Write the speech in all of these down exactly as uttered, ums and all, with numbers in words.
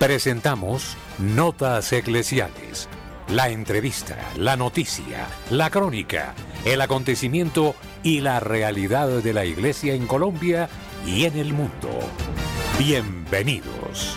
Presentamos Notas Eclesiales. La entrevista, la noticia, la crónica, el acontecimiento y la realidad de la Iglesia en Colombia y en el mundo. Bienvenidos.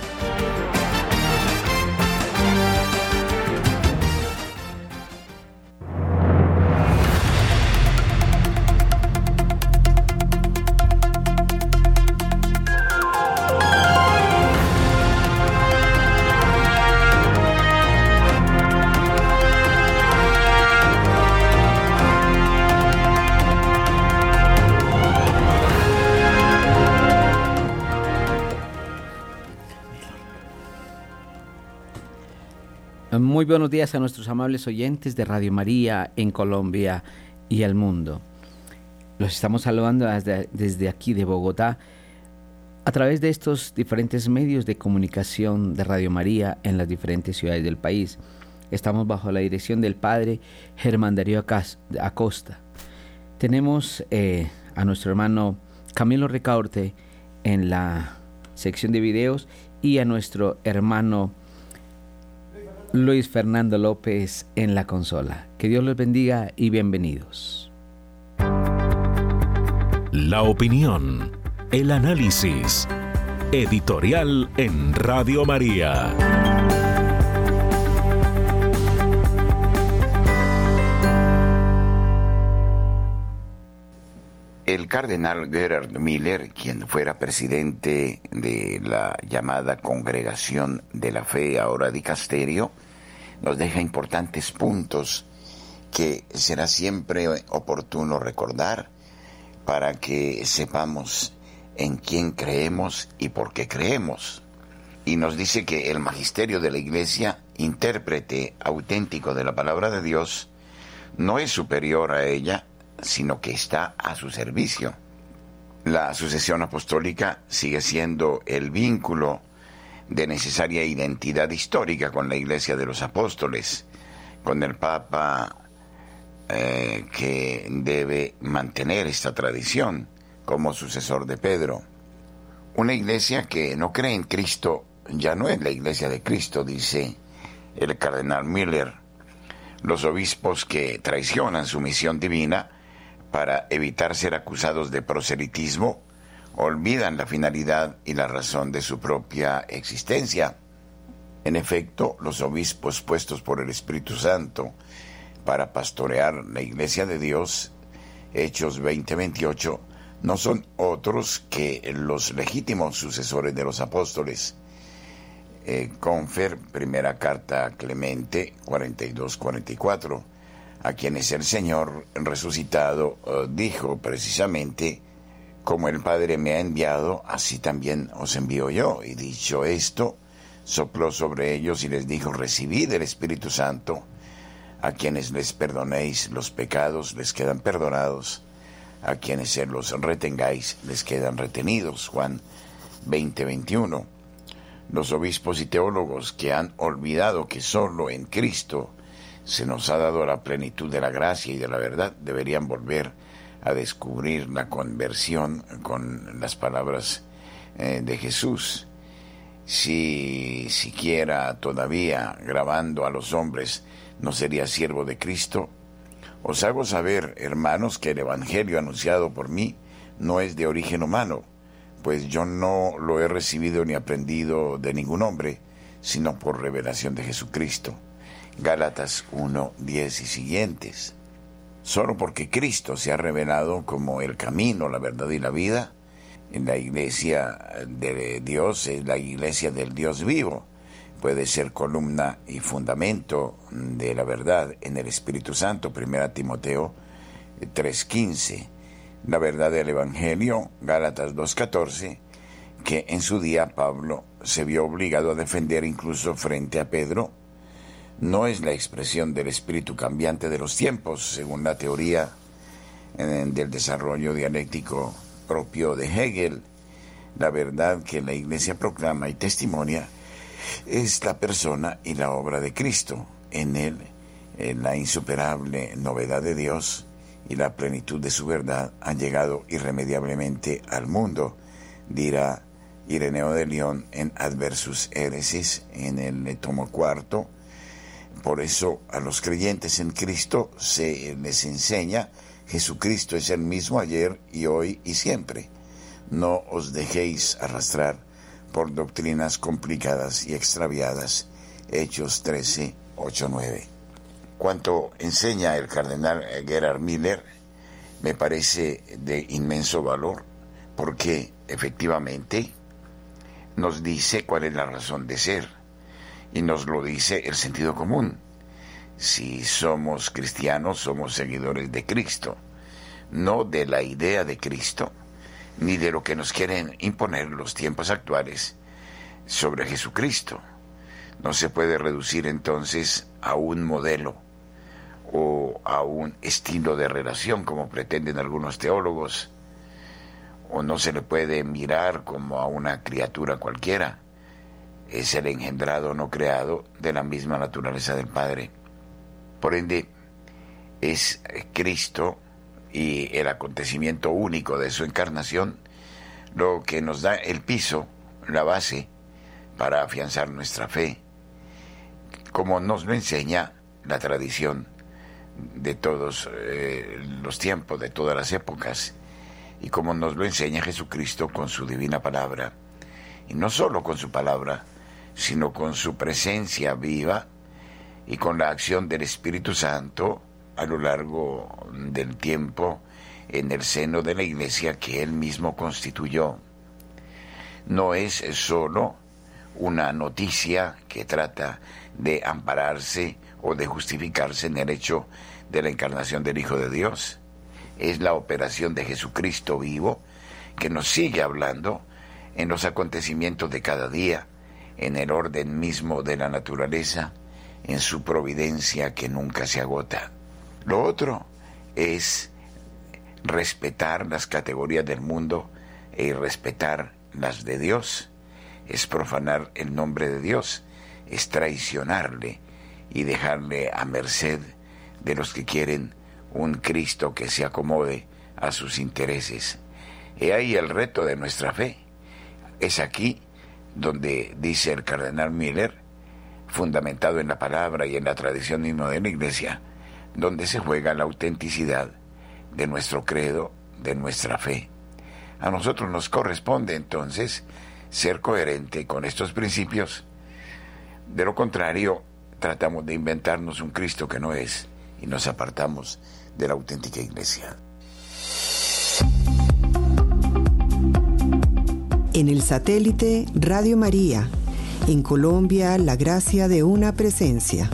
Muy buenos días a nuestros amables oyentes de Radio María en Colombia y el mundo. Los estamos saludando desde, desde aquí de Bogotá a través de estos diferentes medios de comunicación de Radio María en las diferentes ciudades del país. Estamos bajo la dirección del Padre Germán Darío Acosta. Tenemos eh, a nuestro hermano Camilo Ricaurte en la sección de videos y a nuestro hermano Luis Fernando López en la consola. Que Dios los bendiga y bienvenidos. La opinión, el análisis, editorial en Radio María. El cardenal Gerhard Müller, quien fuera presidente de la llamada Congregación de la Fe, ahora dicasterio, nos deja importantes puntos que será siempre oportuno recordar para que sepamos en quién creemos y por qué creemos. Y nos dice que el magisterio de la Iglesia, intérprete auténtico de la palabra de Dios, no es superior a ella, sino que está a su servicio. La sucesión apostólica sigue siendo el vínculo de necesaria identidad histórica con la Iglesia de los Apóstoles, con el Papa eh, que debe mantener esta tradición como sucesor de Pedro. Una Iglesia que no cree en Cristo ya no es la Iglesia de Cristo, dice el cardenal Müller. Los obispos que traicionan su misión divina para evitar ser acusados de proselitismo olvidan la finalidad y la razón de su propia existencia. En efecto, los obispos puestos por el Espíritu Santo para pastorear la Iglesia de Dios, Hechos veinte veintiocho, no son otros que los legítimos sucesores de los apóstoles. Eh, Confer, primera carta a Clemente, cuarenta y dos cuarenta y cuatro, a quienes el Señor resucitado uh, dijo precisamente: como el Padre me ha enviado, así también os envío yo. Y dicho esto, sopló sobre ellos y les dijo: recibid el Espíritu Santo. A quienes les perdonéis los pecados, les quedan perdonados. A quienes se los retengáis, les quedan retenidos. Juan veinte veintiuno. Los obispos y teólogos que han olvidado que solo en Cristo se nos ha dado la plenitud de la gracia y de la verdad, deberían volver a descubrir la conversión con las palabras eh, de Jesús. Si siquiera todavía grabando a los hombres no sería siervo de Cristo, os hago saber, hermanos, que el evangelio anunciado por mí no es de origen humano, pues yo no lo he recibido ni aprendido de ningún hombre, sino por revelación de Jesucristo. Gálatas uno diez y siguientes. Solo porque Cristo se ha revelado como el camino, la verdad y la vida, en la Iglesia de Dios es la Iglesia del Dios vivo. Puede ser columna y fundamento de la verdad en el Espíritu Santo, primera Timoteo tres quince. La verdad del Evangelio, Gálatas dos catorce, que en su día Pablo se vio obligado a defender incluso frente a Pedro, no es la expresión del espíritu cambiante de los tiempos, según la teoría eh, del desarrollo dialéctico propio de Hegel. La verdad que la Iglesia proclama y testimonia es la persona y la obra de Cristo. En él, eh, la insuperable novedad de Dios y la plenitud de su verdad han llegado irremediablemente al mundo, dirá Ireneo de León en Adversus Heresis, en el tomo cuarto. Por eso a los creyentes en Cristo se les enseña: Jesucristo es el mismo ayer y hoy y siempre. No os dejéis arrastrar por doctrinas complicadas y extraviadas. Hechos trece, ocho, nueve. Cuanto enseña el cardenal Gerhard Müller me parece de inmenso valor, porque efectivamente nos dice cuál es la razón de ser, y nos lo dice el sentido común. Si somos cristianos, somos seguidores de Cristo, no de la idea de Cristo, ni de lo que nos quieren imponer los tiempos actuales sobre Jesucristo. No se puede reducir entonces a un modelo o a un estilo de relación, como pretenden algunos teólogos, o no se le puede mirar como a una criatura cualquiera. Es el engendrado no creado de la misma naturaleza del Padre. Por ende, es Cristo y el acontecimiento único de su encarnación lo que nos da el piso, la base, para afianzar nuestra fe, como nos lo enseña la tradición de todos eh, los tiempos, de todas las épocas, y como nos lo enseña Jesucristo con su divina palabra, y no solo con su palabra, sino con su presencia viva y con la acción del Espíritu Santo a lo largo del tiempo en el seno de la Iglesia que Él mismo constituyó. No es solo una noticia que trata de ampararse o de justificarse en el hecho de la encarnación del Hijo de Dios. Es la operación de Jesucristo vivo que nos sigue hablando en los acontecimientos de cada día, en el orden mismo de la naturaleza, en su providencia que nunca se agota. Lo otro es respetar las categorías del mundo e irrespetar las de Dios. Es profanar el nombre de Dios, es traicionarle y dejarle a merced de los que quieren un Cristo que se acomode a sus intereses. He ahí el reto de nuestra fe. Es aquí donde dice el cardenal Müller, fundamentado en la palabra y en la tradición misma de la Iglesia, donde se juega la autenticidad de nuestro credo, de nuestra fe. A nosotros nos corresponde entonces ser coherente con estos principios. De lo contrario, tratamos de inventarnos un Cristo que no es y nos apartamos de la auténtica Iglesia. En el satélite Radio María, en Colombia, la gracia de una presencia.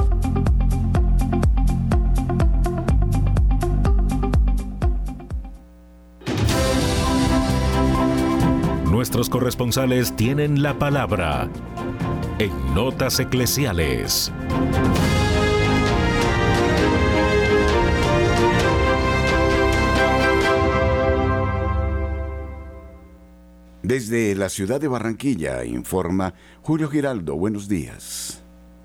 Nuestros corresponsales tienen la palabra en Notas Eclesiales. Desde la ciudad de Barranquilla, informa Julio Giraldo. Buenos días.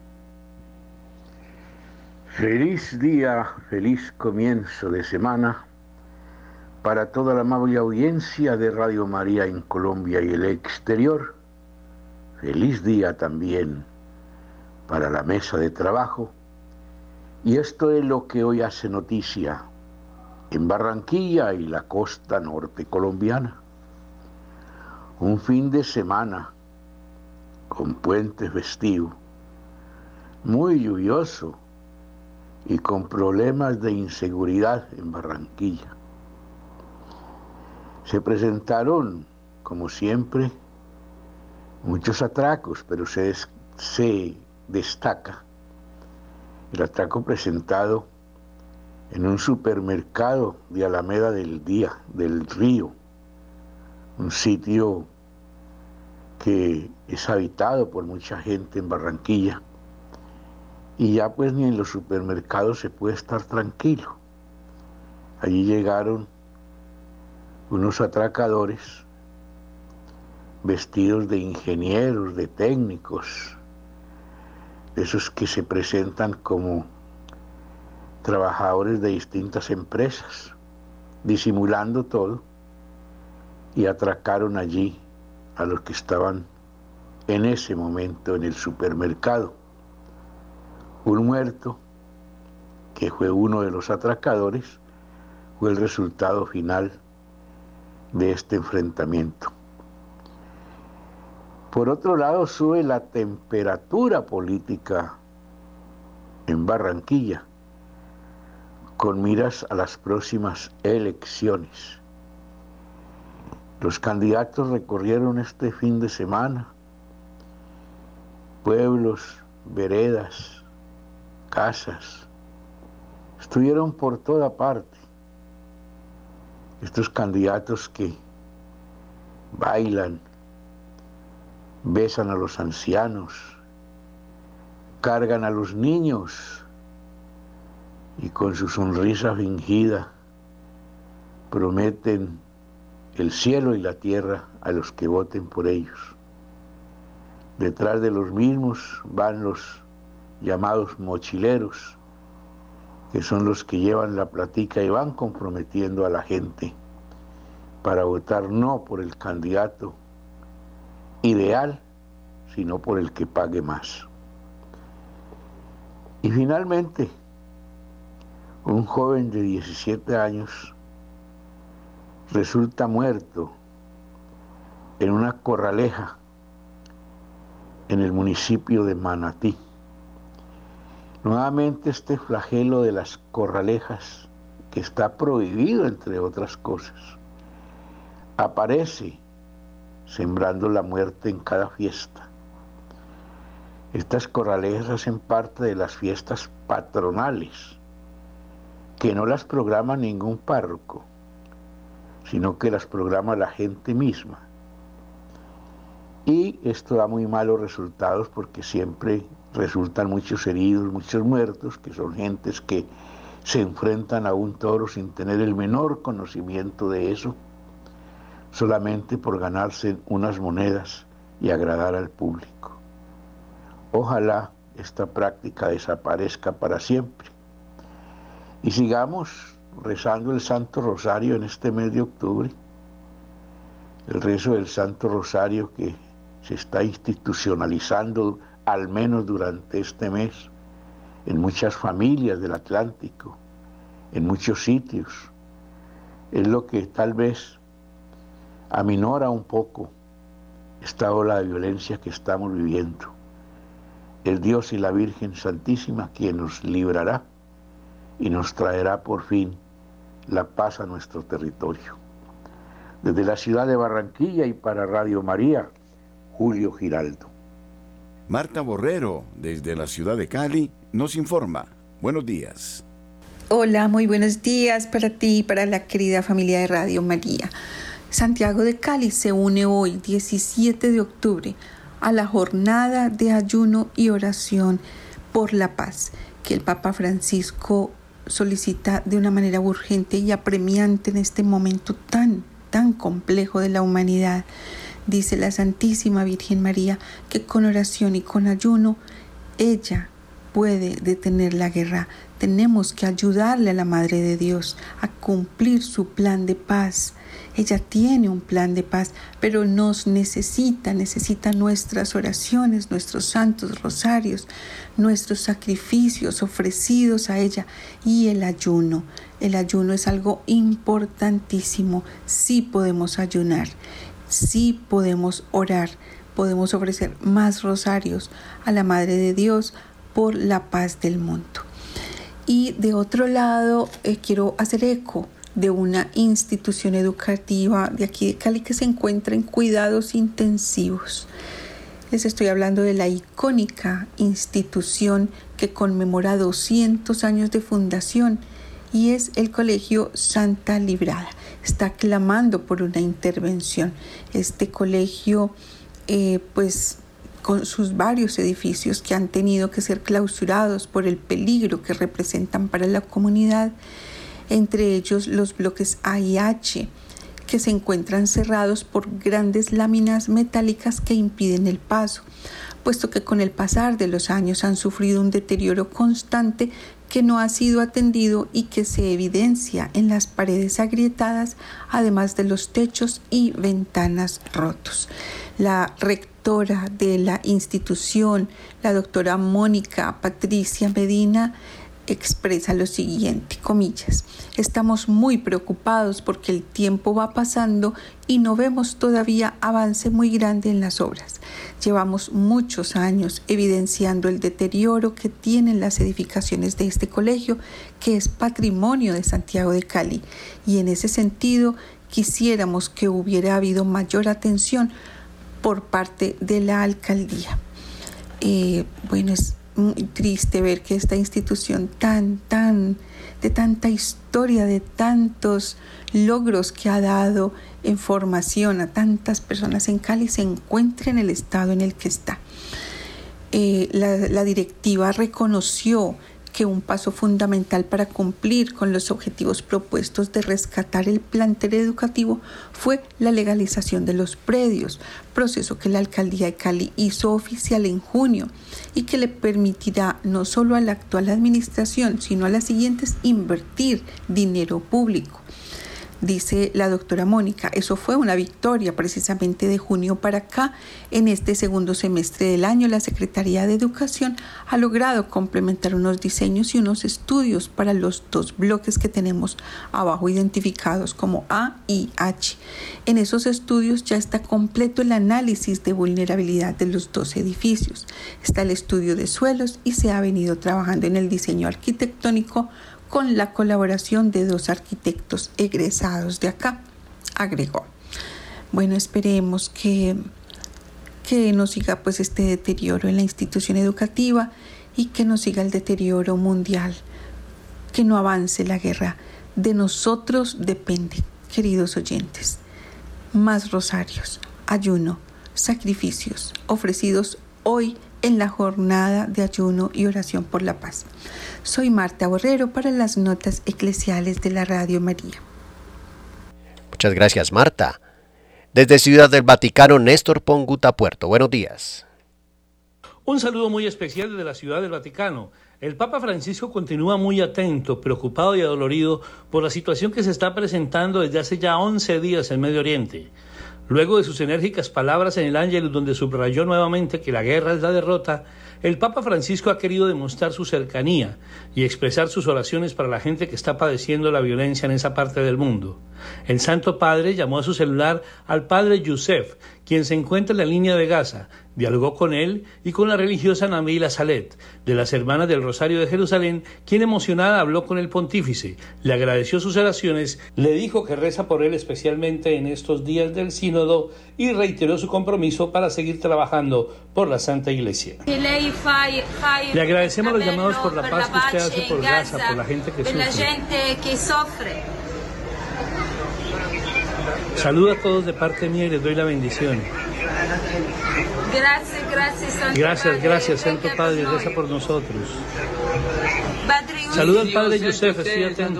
Feliz día, feliz comienzo de semana para toda la amable audiencia de Radio María en Colombia y el exterior. Feliz día también para la mesa de trabajo. Y esto es lo que hoy hace noticia en Barranquilla y la costa norte colombiana. Un fin de semana con puente festivo, muy lluvioso y con problemas de inseguridad en Barranquilla. Se presentaron, como siempre, muchos atracos, pero se, des- se destaca el atraco presentado en un supermercado de Alameda del Día, del Río, un sitio que es habitado por mucha gente en Barranquilla, y ya pues ni en los supermercados se puede estar tranquilo. Allí llegaron unos atracadores vestidos de ingenieros, de técnicos, de esos que se presentan como trabajadores de distintas empresas, disimulando todo, y atracaron allí a los que estaban en ese momento en el supermercado. Un muerto, que fue uno de los atracadores, fue el resultado final de este enfrentamiento. Por otro lado, sube la temperatura política en Barranquilla, con miras a las próximas elecciones. Los candidatos recorrieron este fin de semana pueblos, veredas, casas, estuvieron por toda parte. Estos candidatos que bailan, besan a los ancianos, cargan a los niños y con su sonrisa fingida prometen el cielo y la tierra a los que voten por ellos. Detrás de los mismos van los llamados mochileros, que son los que llevan la platica y van comprometiendo a la gente para votar no por el candidato ideal, sino por el que pague más. Y finalmente, un joven de diecisiete años resulta muerto en una corraleja en el municipio de Manatí. Nuevamente este flagelo de las corralejas, que está prohibido entre otras cosas, aparece sembrando la muerte en cada fiesta. Estas corralejas hacen parte de las fiestas patronales, que no las programa ningún párroco, sino que las programa la gente misma. Y esto da muy malos resultados porque siempre resultan muchos heridos, muchos muertos, que son gentes que se enfrentan a un toro sin tener el menor conocimiento de eso, solamente por ganarse unas monedas y agradar al público. Ojalá esta práctica desaparezca para siempre y sigamos rezando el Santo Rosario en este mes de octubre, el rezo del Santo Rosario que se está institucionalizando al menos durante este mes en muchas familias del Atlántico, en muchos sitios. Es lo que tal vez aminora un poco esta ola de violencia que estamos viviendo. Es Dios y la Virgen Santísima quien nos librará y nos traerá por fin la paz a nuestro territorio. Desde la ciudad de Barranquilla y para Radio María, Julio Giraldo. Marta Borrero, desde la ciudad de Cali, nos informa. Buenos días. Hola, muy buenos días para ti y para la querida familia de Radio María. Santiago de Cali se une hoy, diecisiete de octubre, a la jornada de ayuno y oración por la paz, que el Papa Francisco solicita de una manera urgente y apremiante en este momento tan, tan complejo de la humanidad. Dice la Santísima Virgen María que con oración y con ayuno ella puede detener la guerra. Tenemos que ayudarle a la Madre de Dios a cumplir su plan de paz. Ella tiene un plan de paz, pero nos necesita, necesita nuestras oraciones, nuestros santos rosarios, nuestros sacrificios ofrecidos a ella y el ayuno. El ayuno es algo importantísimo. Sí podemos ayunar, sí podemos orar, podemos ofrecer más rosarios a la Madre de Dios por la paz del mundo. Y de otro lado, eh, quiero hacer eco de una institución educativa de aquí de Cali que se encuentra en cuidados intensivos. Les estoy hablando de la icónica institución que conmemora doscientos años de fundación y es el Colegio Santa Librada. Está clamando por una intervención. Este colegio, eh, pues, con sus varios edificios que han tenido que ser clausurados por el peligro que representan para la comunidad, entre ellos los bloques A y H, que se encuentran cerrados por grandes láminas metálicas que impiden el paso, puesto que con el pasar de los años han sufrido un deterioro constante que no ha sido atendido y que se evidencia en las paredes agrietadas, además de los techos y ventanas rotos. La rectora de la institución, la doctora Mónica Patricia Medina, expresa lo siguiente, comillas: estamos muy preocupados porque el tiempo va pasando y no vemos todavía avance muy grande en las obras. Llevamos muchos años evidenciando el deterioro que tienen las edificaciones de este colegio, que es patrimonio de Santiago de Cali, y en ese sentido quisiéramos que hubiera habido mayor atención por parte de la alcaldía. Eh, bueno, es muy triste ver que esta institución tan, tan, de tanta historia, de tantos logros que ha dado en formación a tantas personas en Cali, se encuentre en el estado en el que está. Eh, la, la directiva reconoció que un paso fundamental para cumplir con los objetivos propuestos de rescatar el plantel educativo fue la legalización de los predios, proceso que la alcaldía de Cali hizo oficial en junio y que le permitirá no solo a la actual administración, sino a las siguientes invertir dinero público. Dice la doctora Mónica, eso fue una victoria precisamente de junio para acá. En este segundo semestre del año, la Secretaría de Educación ha logrado complementar unos diseños y unos estudios para los dos bloques que tenemos abajo identificados como A y H. En esos estudios ya está completo el análisis de vulnerabilidad de los dos edificios. Está el estudio de suelos y se ha venido trabajando en el diseño arquitectónico con la colaboración de dos arquitectos egresados de acá, agregó. Bueno, esperemos que, que no siga pues este deterioro en la institución educativa y que no siga el deterioro mundial, que no avance la guerra. De nosotros depende, queridos oyentes. Más rosarios, ayuno, sacrificios ofrecidos hoy en la jornada de ayuno y oración por la paz. Soy Marta Borrero para las notas eclesiales de la Radio María. Muchas gracias, Marta. Desde Ciudad del Vaticano, Néstor Ponguta Puerto. Buenos días. Un saludo muy especial desde la Ciudad del Vaticano. El Papa Francisco continúa muy atento, preocupado y adolorido por la situación que se está presentando desde hace ya once días en Medio Oriente. Luego de sus enérgicas palabras en el Ángelus, donde subrayó nuevamente que la guerra es la derrota, el Papa Francisco ha querido demostrar su cercanía y expresar sus oraciones para la gente que está padeciendo la violencia en esa parte del mundo. El Santo Padre llamó a su celular al Padre Youssef, quien se encuentra en la línea de Gaza, dialogó con él y con la religiosa Nabila Salet, de las Hermanas del Rosario de Jerusalén, quien emocionada habló con el pontífice, le agradeció sus oraciones, le dijo que reza por él especialmente en estos días del sínodo y reiteró su compromiso para seguir trabajando por la Santa Iglesia. Le agradecemos los llamados por la paz que usted hace por Gaza, por la gente que sufre. Saludo a todos de parte mía y les doy la bendición. Gracias, gracias, Santo Gracias, Padre, gracias, Santo Padre, reza por nosotros. Saludo al Padre Youssef, estoy atento.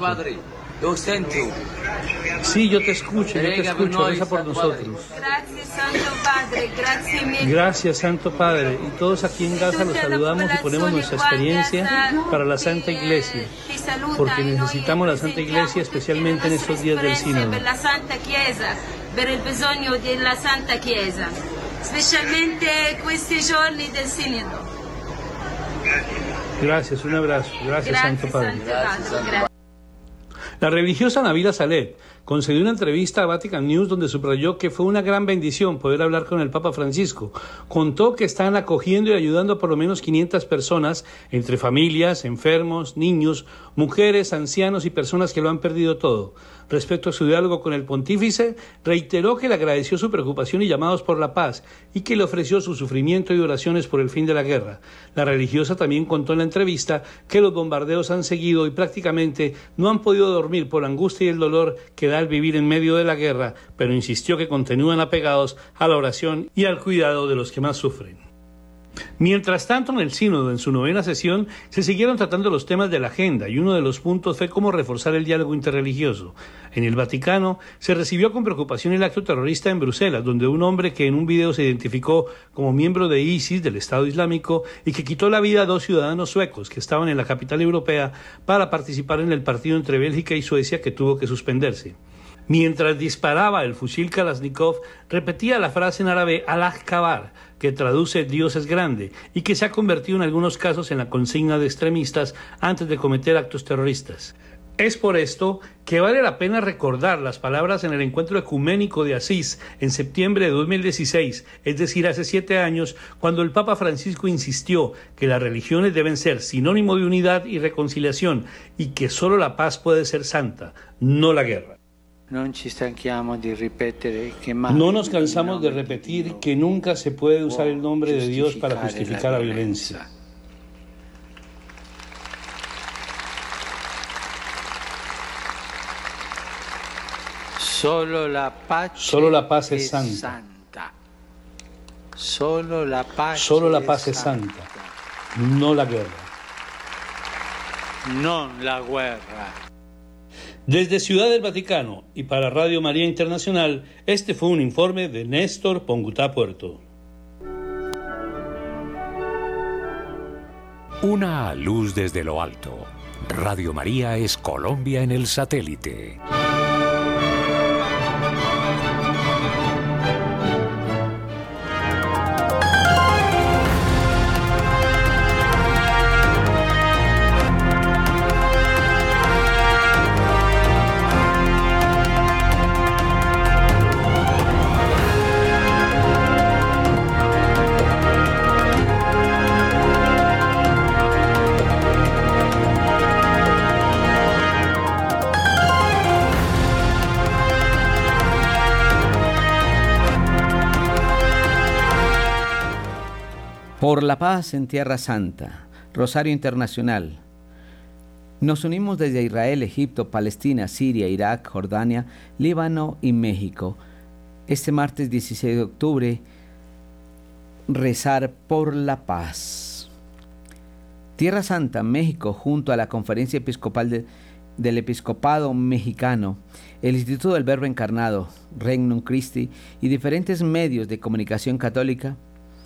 Sí, yo te escucho, yo te escucho, reza por nosotros. Gracias, Santo Padre, gracias, mi... Gracias, Santo Padre. Y todos aquí en Gaza los saludamos y ponemos nuestra experiencia para la Santa Iglesia, porque necesitamos la Santa Iglesia especialmente en estos días del sínodo. Per la Santa Chiesa, per il bisogno della Santa Chiesa, specialmente questi giorni del sínodo. Gracias, un abrazo. Gracias, Gracias, Santo Padre. Santo Padre. Gracias. La religiosa Nabila Salet concedió una entrevista a Vatican News donde subrayó que fue una gran bendición poder hablar con el Papa Francisco. Contó que están acogiendo y ayudando a por lo menos quinientas personas, entre familias, enfermos, niños, mujeres, ancianos y personas que lo han perdido todo. Respecto a su diálogo con el pontífice, reiteró que le agradeció su preocupación y llamados por la paz y que le ofreció su sufrimiento y oraciones por el fin de la guerra. La religiosa también contó en la entrevista que los bombardeos han seguido y prácticamente no han podido dormir por la angustia y el dolor que da el vivir en medio de la guerra, pero insistió que continúan apegados a la oración y al cuidado de los que más sufren. Mientras tanto, en el sínodo, en su novena sesión, se siguieron tratando los temas de la agenda y uno de los puntos fue cómo reforzar el diálogo interreligioso. En el Vaticano se recibió con preocupación el acto terrorista en Bruselas, donde un hombre que en un video se identificó como miembro de ISIS, del Estado Islámico, y que quitó la vida a dos ciudadanos suecos que estaban en la capital europea para participar en el partido entre Bélgica y Suecia, que tuvo que suspenderse. Mientras disparaba el fusil Kalashnikov, repetía la frase en árabe Allah Akbar, que traduce Dios es grande, y que se ha convertido en algunos casos en la consigna de extremistas antes de cometer actos terroristas. Es por esto que vale la pena recordar las palabras en el encuentro ecuménico de Asís en septiembre de dos mil dieciséis, es decir, hace siete años, cuando el Papa Francisco insistió que las religiones deben ser sinónimo de unidad y reconciliación y que solo la paz puede ser santa, no la guerra. No nos cansamos de repetir que nunca se puede usar el nombre de Dios para justificar la violencia. Solo la paz, Solo la paz es santa. santa. Solo la paz, Solo la paz es santa. santa, no la guerra. No la guerra. Desde Ciudad del Vaticano y para Radio María Internacional, este fue un informe de Néstor Pongutá Puerto. Una luz desde lo alto. Radio María es Colombia en el satélite. Por la paz en Tierra Santa, Rosario Internacional. Nos unimos desde Israel, Egipto, Palestina, Siria, Irak, Jordania, Líbano y México. Este martes dieciséis de octubre, rezar por la paz. Tierra Santa, México, junto a la Conferencia Episcopal de, del Episcopado Mexicano, el Instituto del Verbo Encarnado, Regnum Christi y diferentes medios de comunicación católica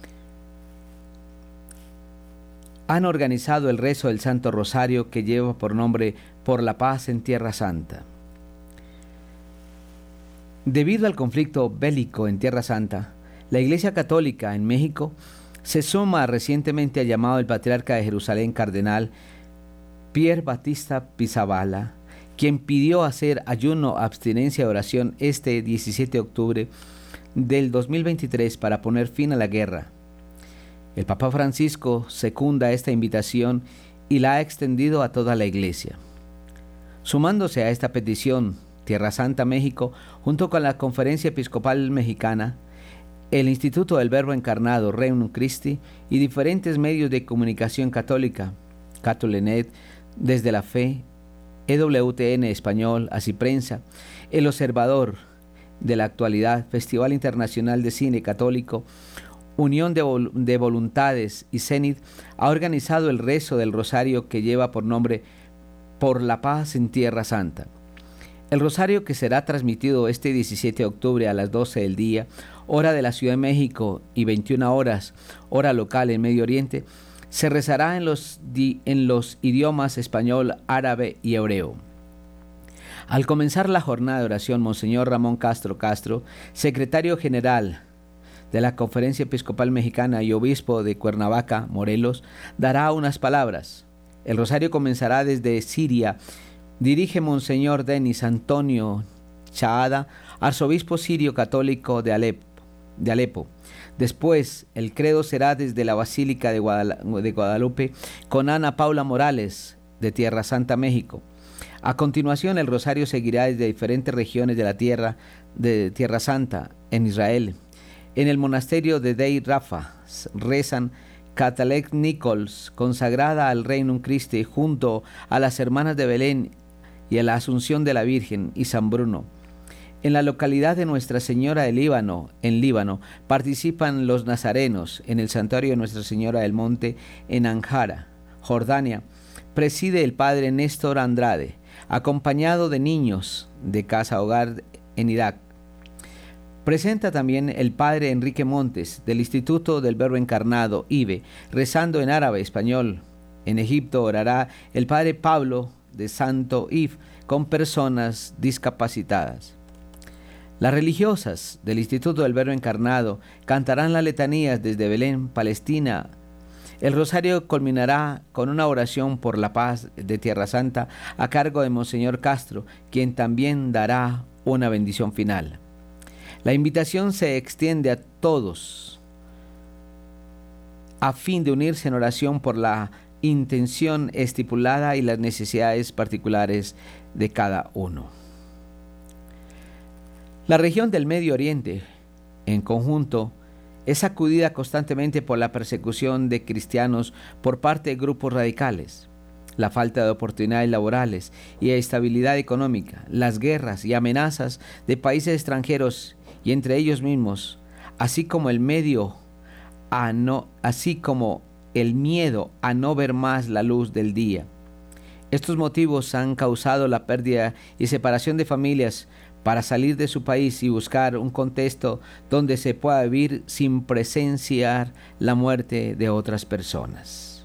han organizado el rezo del Santo Rosario que lleva por nombre Por la Paz en Tierra Santa. Debido al conflicto bélico en Tierra Santa, la Iglesia Católica en México se suma recientemente al llamado del Patriarca de Jerusalén, Cardenal Pier Battista Pizzaballa, quien pidió hacer ayuno, abstinencia y oración este diecisiete de octubre del dos mil veintitrés para poner fin a la guerra. El Papa Francisco secunda esta invitación y la ha extendido a toda la Iglesia. Sumándose a esta petición, Tierra Santa, México, junto con la Conferencia Episcopal Mexicana, el Instituto del Verbo Encarnado, Regnum Christi, y diferentes medios de comunicación católica, Catolinet, Desde la Fe, E W T N Español, Así Prensa, El Observador de la Actualidad, Festival Internacional de Cine Católico, Unión de, Vol- de Voluntades y Cenit, ha organizado el rezo del Rosario que lleva por nombre Por la Paz en Tierra Santa. El Rosario, que será transmitido este diecisiete de octubre a las doce del día, hora de la Ciudad de México, y veintiuna horas, hora local en Medio Oriente, se rezará en los, di- en los idiomas español, árabe y hebreo. Al comenzar la jornada de oración, Monseñor Ramón Castro Castro, secretario general de la Conferencia Episcopal Mexicana y obispo de Cuernavaca, Morelos, dará unas palabras. El rosario comenzará desde Siria. Dirige Monseñor Denis Antonio Chaada, arzobispo sirio católico de Alepo. De Alepo. Después, el credo será desde la Basílica de, Guadal- de Guadalupe con Ana Paula Morales, de Tierra Santa, México. A continuación, el rosario seguirá desde diferentes regiones de la tierra de Tierra Santa, en Israel. En el monasterio de Dei Rafa rezan Catalec Nichols, consagrada al Regnum Christi, junto a las hermanas de Belén y a la Asunción de la Virgen y San Bruno. En la localidad de Nuestra Señora del Líbano, en Líbano, participan los nazarenos en el santuario de Nuestra Señora del Monte en Anjara, Jordania. Preside el padre Néstor Andrade, acompañado de niños de Casa Hogar en Irak. Presenta también el padre Enrique Montes, del Instituto del Verbo Encarnado, I B E, rezando en árabe español. En Egipto orará el padre Pablo de Santo If con personas discapacitadas. Las religiosas del Instituto del Verbo Encarnado cantarán las letanías desde Belén, Palestina. El rosario culminará con una oración por la paz de Tierra Santa a cargo de Monseñor Castro, quien también dará una bendición final. La invitación se extiende a todos a fin de unirse en oración por la intención estipulada y las necesidades particulares de cada uno. La región del Medio Oriente, en conjunto, es sacudida constantemente por la persecución de cristianos por parte de grupos radicales, la falta de oportunidades laborales y de estabilidad económica, las guerras y amenazas de países extranjeros y entre ellos mismos, así como el medio a no, así como el miedo a no ver más la luz del día. Estos motivos han causado la pérdida y separación de familias para salir de su país y buscar un contexto donde se pueda vivir sin presenciar la muerte de otras personas.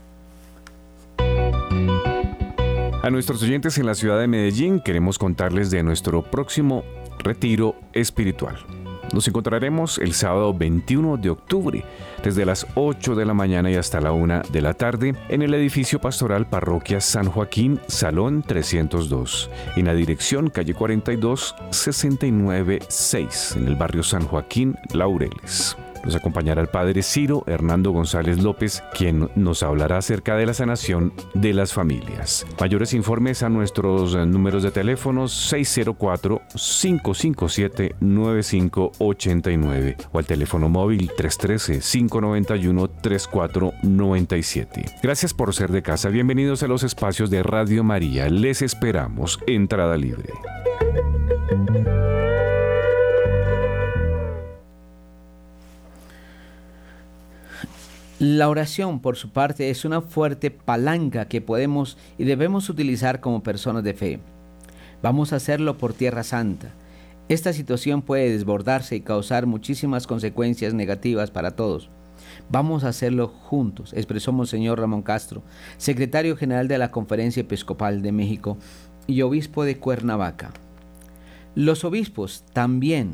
A nuestros oyentes en la ciudad de Medellín queremos contarles de nuestro próximo retiro espiritual. Nos encontraremos el sábado veintiuno de octubre, desde las ocho de la mañana y hasta la una de la tarde, en el edificio pastoral Parroquia San Joaquín, Salón trescientos dos, en la dirección calle cuarenta y dos, sesenta y nueve seis, en el barrio San Joaquín, Laureles. Nos acompañará el padre Ciro Hernando González López, quien nos hablará acerca de la sanación de las familias. Mayores informes a nuestros números de teléfono seis cero cuatro, cinco cinco siete, nueve cinco ocho nueve o al teléfono móvil tres uno tres, cinco nueve uno, tres cuatro nueve siete. Gracias por ser de casa. Bienvenidos a los espacios de Radio María. Les esperamos. Entrada libre. La oración, por su parte, es una fuerte palanca que podemos y debemos utilizar como personas de fe. Vamos a hacerlo por Tierra Santa. Esta situación puede desbordarse y causar muchísimas consecuencias negativas para todos. Vamos a hacerlo juntos, expresó Monseñor Ramón Castro, secretario general de la Conferencia Episcopal de México y obispo de Cuernavaca. Los obispos también,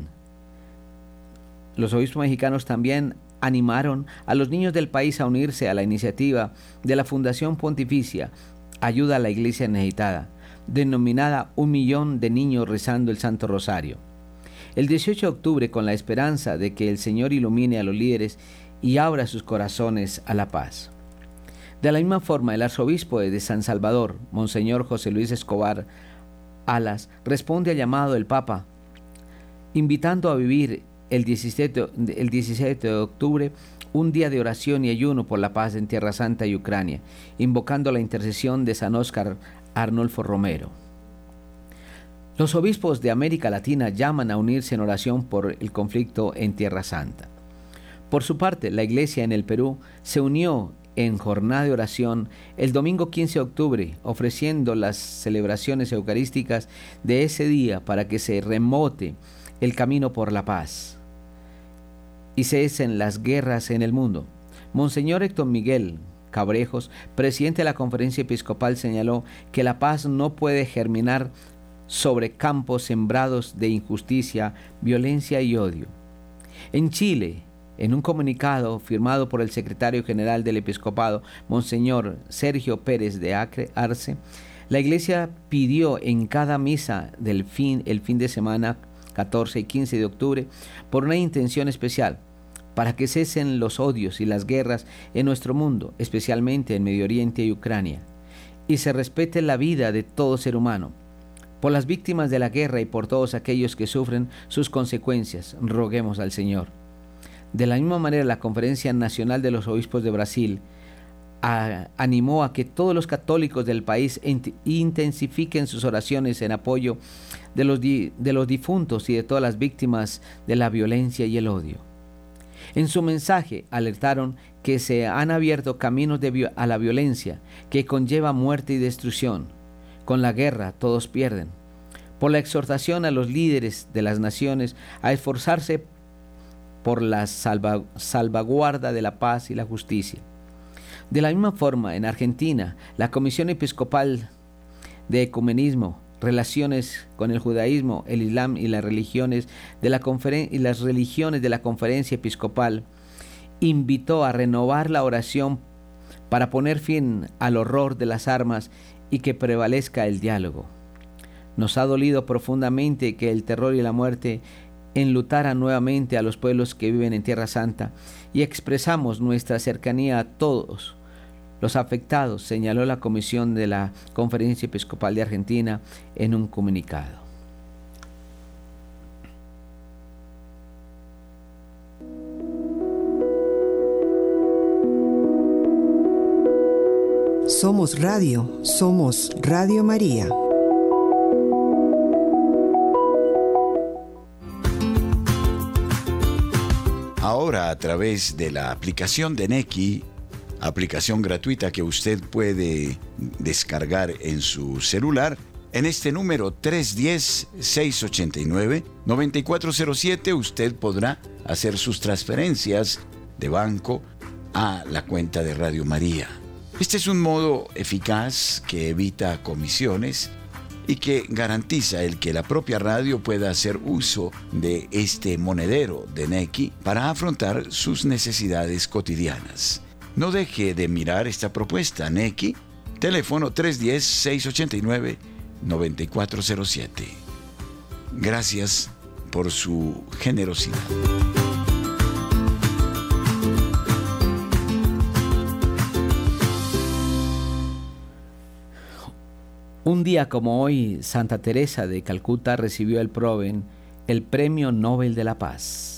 los obispos mexicanos también animaron a los niños del país a unirse a la iniciativa de la Fundación Pontificia Ayuda a la Iglesia Necesitada, denominada Un Millón de Niños Rezando el Santo Rosario. El dieciocho de octubre, con la esperanza de que el Señor ilumine a los líderes y abra sus corazones a la paz. De la misma forma, el arzobispo de San Salvador, Monseñor José Luis Escobar Alas, responde al llamado del Papa, invitando a vivir El diecisiete, el diecisiete de octubre, un día de oración y ayuno por la paz en Tierra Santa y Ucrania, invocando la intercesión de San Óscar Arnolfo Romero. Los obispos de América Latina llaman a unirse en oración por el conflicto en Tierra Santa. Por su parte, la Iglesia en el Perú se unió en jornada de oración el domingo quince de octubre, ofreciendo las celebraciones eucarísticas de ese día para que se remote el camino por la paz y cesen las guerras en el mundo. Monseñor Héctor Miguel Cabrejos, presidente de la Conferencia Episcopal, señaló que la paz no puede germinar sobre campos sembrados de injusticia, violencia y odio. En Chile, en un comunicado firmado por el secretario general del Episcopado, Monseñor Sergio Pérez de Acre, Arce, la Iglesia pidió en cada misa del fin, el fin de semana catorce y quince de octubre, por una intención especial, para que cesen los odios y las guerras en nuestro mundo, especialmente en Medio Oriente y Ucrania, y se respete la vida de todo ser humano. Por las víctimas de la guerra y por todos aquellos que sufren sus consecuencias, roguemos al Señor. De la misma manera, la Conferencia Nacional de los Obispos de Brasil a, animó a que todos los católicos del país int, intensifiquen sus oraciones en apoyo de los, di, de los difuntos y de todas las víctimas de la violencia y el odio. En su mensaje alertaron que se han abierto caminos de, a la violencia que conlleva muerte y destrucción. Con la guerra todos pierden. Por la exhortación a los líderes de las naciones a esforzarse por la salva, salvaguarda de la paz y la justicia. De la misma forma, en Argentina, la Comisión Episcopal de Ecumenismo, Relaciones con el Judaísmo, el Islam y las religiones de la conferen- y las religiones de la Conferencia Episcopal invitó a renovar la oración para poner fin al horror de las armas y que prevalezca el diálogo. Nos ha dolido profundamente que el terror y la muerte enlutaran nuevamente a los pueblos que viven en Tierra Santa y expresamos nuestra cercanía a todos los afectados, señaló la Comisión de la Conferencia Episcopal de Argentina en un comunicado. Somos Radio, somos Radio María. Ahora, a través de la aplicación de Nequi, aplicación gratuita que usted puede descargar en su celular, en este número tres uno cero, seis ocho nueve, nueve cuatro cero siete usted podrá hacer sus transferencias de banco a la cuenta de Radio María. Este es un modo eficaz que evita comisiones y que garantiza el que la propia radio pueda hacer uso de este monedero de Nequi para afrontar sus necesidades cotidianas. No deje de mirar esta propuesta, Nequi, teléfono tres uno cero, seis ocho nueve, nueve cuatro cero siete. Gracias por su generosidad. Un día como hoy, Santa Teresa de Calcuta recibió el, Proven, el Premio Nobel de la Paz.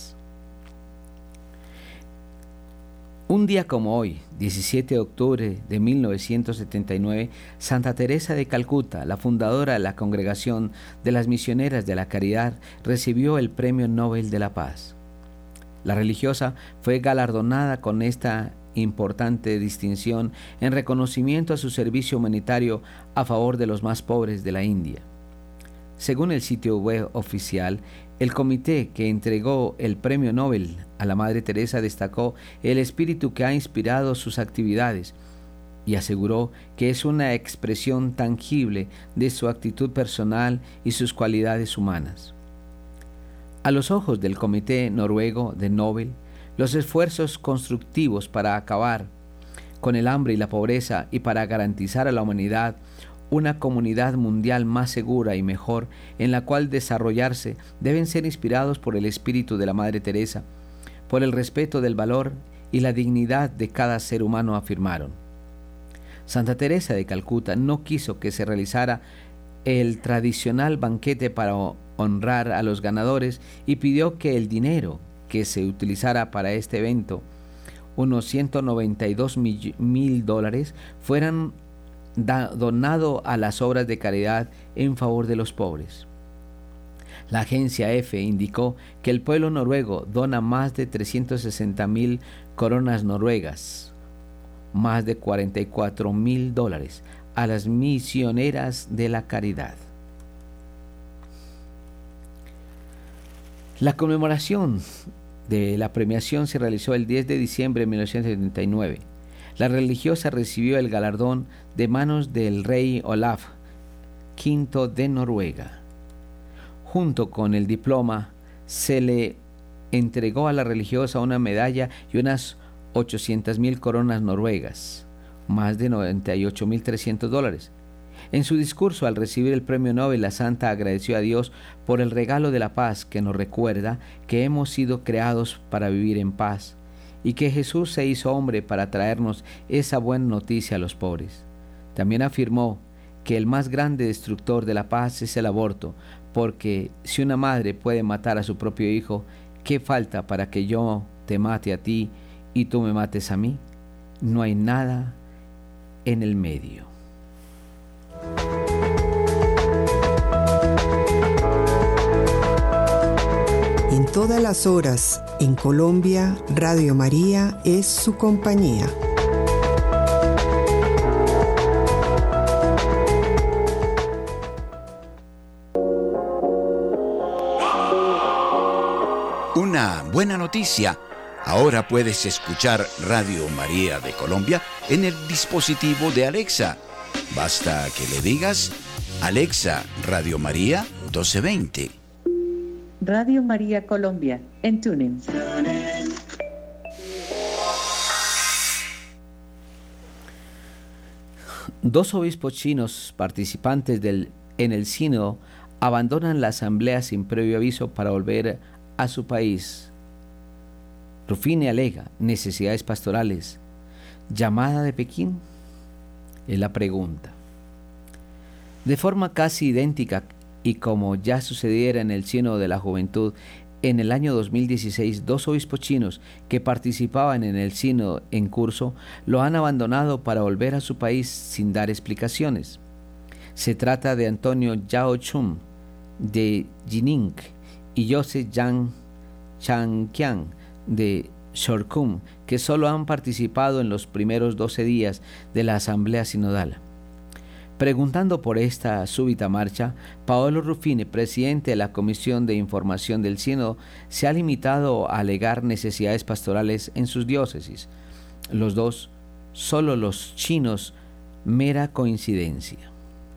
Un día como hoy, diecisiete de octubre de mil novecientos setenta y nueve, Santa Teresa de Calcuta, la fundadora de la Congregación de las Misioneras de la Caridad, recibió el Premio Nobel de la Paz. La religiosa fue galardonada con esta importante distinción en reconocimiento a su servicio humanitario a favor de los más pobres de la India. Según el sitio web oficial, el comité que entregó el Premio Nobel a la Madre Teresa destacó el espíritu que ha inspirado sus actividades y aseguró que es una expresión tangible de su actitud personal y sus cualidades humanas. A los ojos del Comité Noruego de Nobel, los esfuerzos constructivos para acabar con el hambre y la pobreza y para garantizar a la humanidad una comunidad mundial más segura y mejor en la cual desarrollarse deben ser inspirados por el espíritu de la Madre Teresa, por el respeto del valor y la dignidad de cada ser humano, afirmaron. Santa Teresa de Calcuta no quiso que se realizara el tradicional banquete para honrar a los ganadores y pidió que el dinero que se utilizara para este evento, unos ciento noventa y dos mil dólares, fueran da, donado a las obras de caridad en favor de los pobres. La agencia EFE indicó que el pueblo noruego dona más de trescientos sesenta mil coronas noruegas, más de cuarenta y cuatro mil dólares, a las misioneras de la caridad. La conmemoración de la premiación se realizó el diez de diciembre de mil novecientos setenta y nueve. La religiosa recibió el galardón de manos del rey Olaf quinto de Noruega. Junto con el diploma, se le entregó a la religiosa una medalla y unas ochocientas mil coronas noruegas, más de noventa y ocho mil trescientos dólares. En su discurso al recibir el premio Nobel, la santa agradeció a Dios por el regalo de la paz que nos recuerda que hemos sido creados para vivir en paz y que Jesús se hizo hombre para traernos esa buena noticia a los pobres. También afirmó que el más grande destructor de la paz es el aborto, porque si una madre puede matar a su propio hijo, ¿qué falta para que yo te mate a ti y tú me mates a mí? No hay nada en el medio. En todas las horas, en Colombia, Radio María es su compañía. Una buena noticia. Ahora puedes escuchar Radio María de Colombia en el dispositivo de Alexa. Basta que le digas: Alexa, Radio María doce veinte. Radio María Colombia, en TuneIn. Dos obispos chinos participantes del, en el sínodo abandonan la asamblea sin previo aviso para volver a su país. Rufini alega necesidades pastorales. ¿Llamada de Pekín? Es la pregunta. De forma casi idéntica, y como ya sucediera en el Sínodo de la Juventud, en el año dos mil dieciséis, dos obispos chinos que participaban en el sínodo en curso lo han abandonado para volver a su país sin dar explicaciones. Se trata de Antonio Yao Chun, de Jining, y Jose Yang Changqiang, de Shorkum, que solo han participado en los primeros doce días de la asamblea sinodal. Preguntando por esta súbita marcha, Paolo Rufini, presidente de la Comisión de Información del Sínodo, se ha limitado a alegar necesidades pastorales en sus diócesis. Los dos, solo los chinos, mera coincidencia.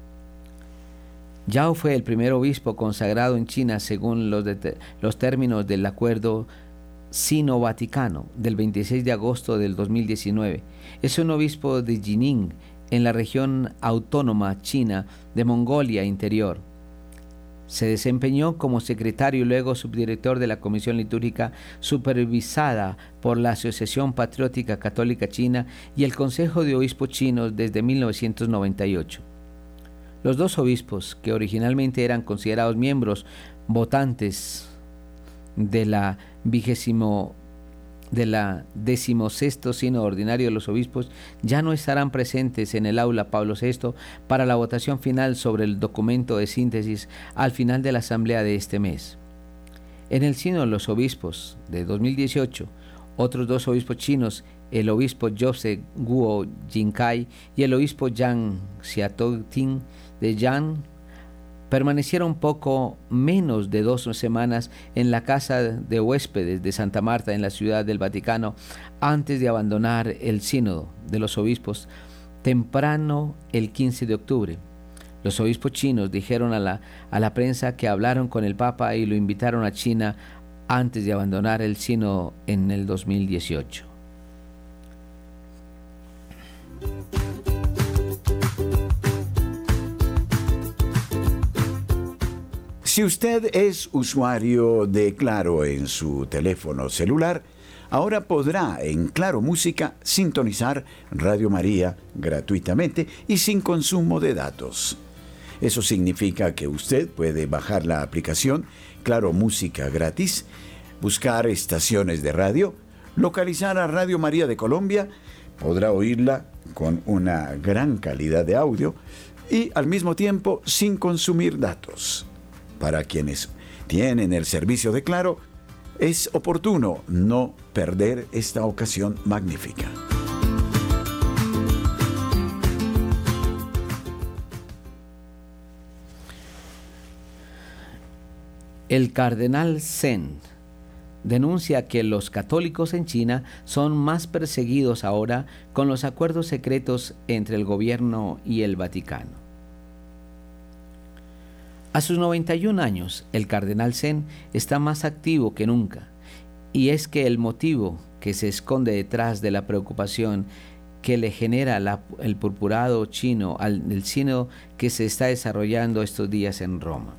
Yao fue el primer obispo consagrado en China según los, de, los términos del Acuerdo Sino-Vaticano del veintiséis de agosto del dos mil diecinueve. Es un obispo de Jining, en la región autónoma china de Mongolia Interior. Se desempeñó como secretario y luego subdirector de la Comisión Litúrgica supervisada por la Asociación Patriótica Católica China y el Consejo de Obispos Chinos desde mil novecientos noventa y ocho. Los dos obispos, que originalmente eran considerados miembros votantes de la vigésimo de la decimosexto Sínodo Ordinario de los Obispos, ya no estarán presentes en el aula Pablo sexto para la votación final sobre el documento de síntesis al final de la asamblea de este mes. En el Sínodo de los Obispos de dos mil dieciocho, otros dos obispos chinos, el obispo Joseph Guo Jinkai y el obispo Yang Xiaoting de Yang, permanecieron poco menos de dos semanas en la casa de huéspedes de Santa Marta en la Ciudad del Vaticano antes de abandonar el Sínodo de los Obispos temprano el quince de octubre. Los obispos chinos dijeron a la, a la prensa que hablaron con el Papa y lo invitaron a China antes de abandonar el Sínodo en el dos mil dieciocho. Si usted es usuario de Claro en su teléfono celular, ahora podrá en Claro Música sintonizar Radio María gratuitamente y sin consumo de datos. Eso significa que usted puede bajar la aplicación Claro Música gratis, buscar estaciones de radio, localizar a Radio María de Colombia, podrá oírla con una gran calidad de audio y al mismo tiempo sin consumir datos. Para quienes tienen el servicio de Claro, es oportuno no perder esta ocasión magnífica. El cardenal Zen denuncia que los católicos en China son más perseguidos ahora con los acuerdos secretos entre el gobierno y el Vaticano. A sus noventa y un años, el cardenal Zen está más activo que nunca, y es que el motivo que se esconde detrás de la preocupación que le genera la, el purpurado chino al del sínodo que se está desarrollando estos días en Roma.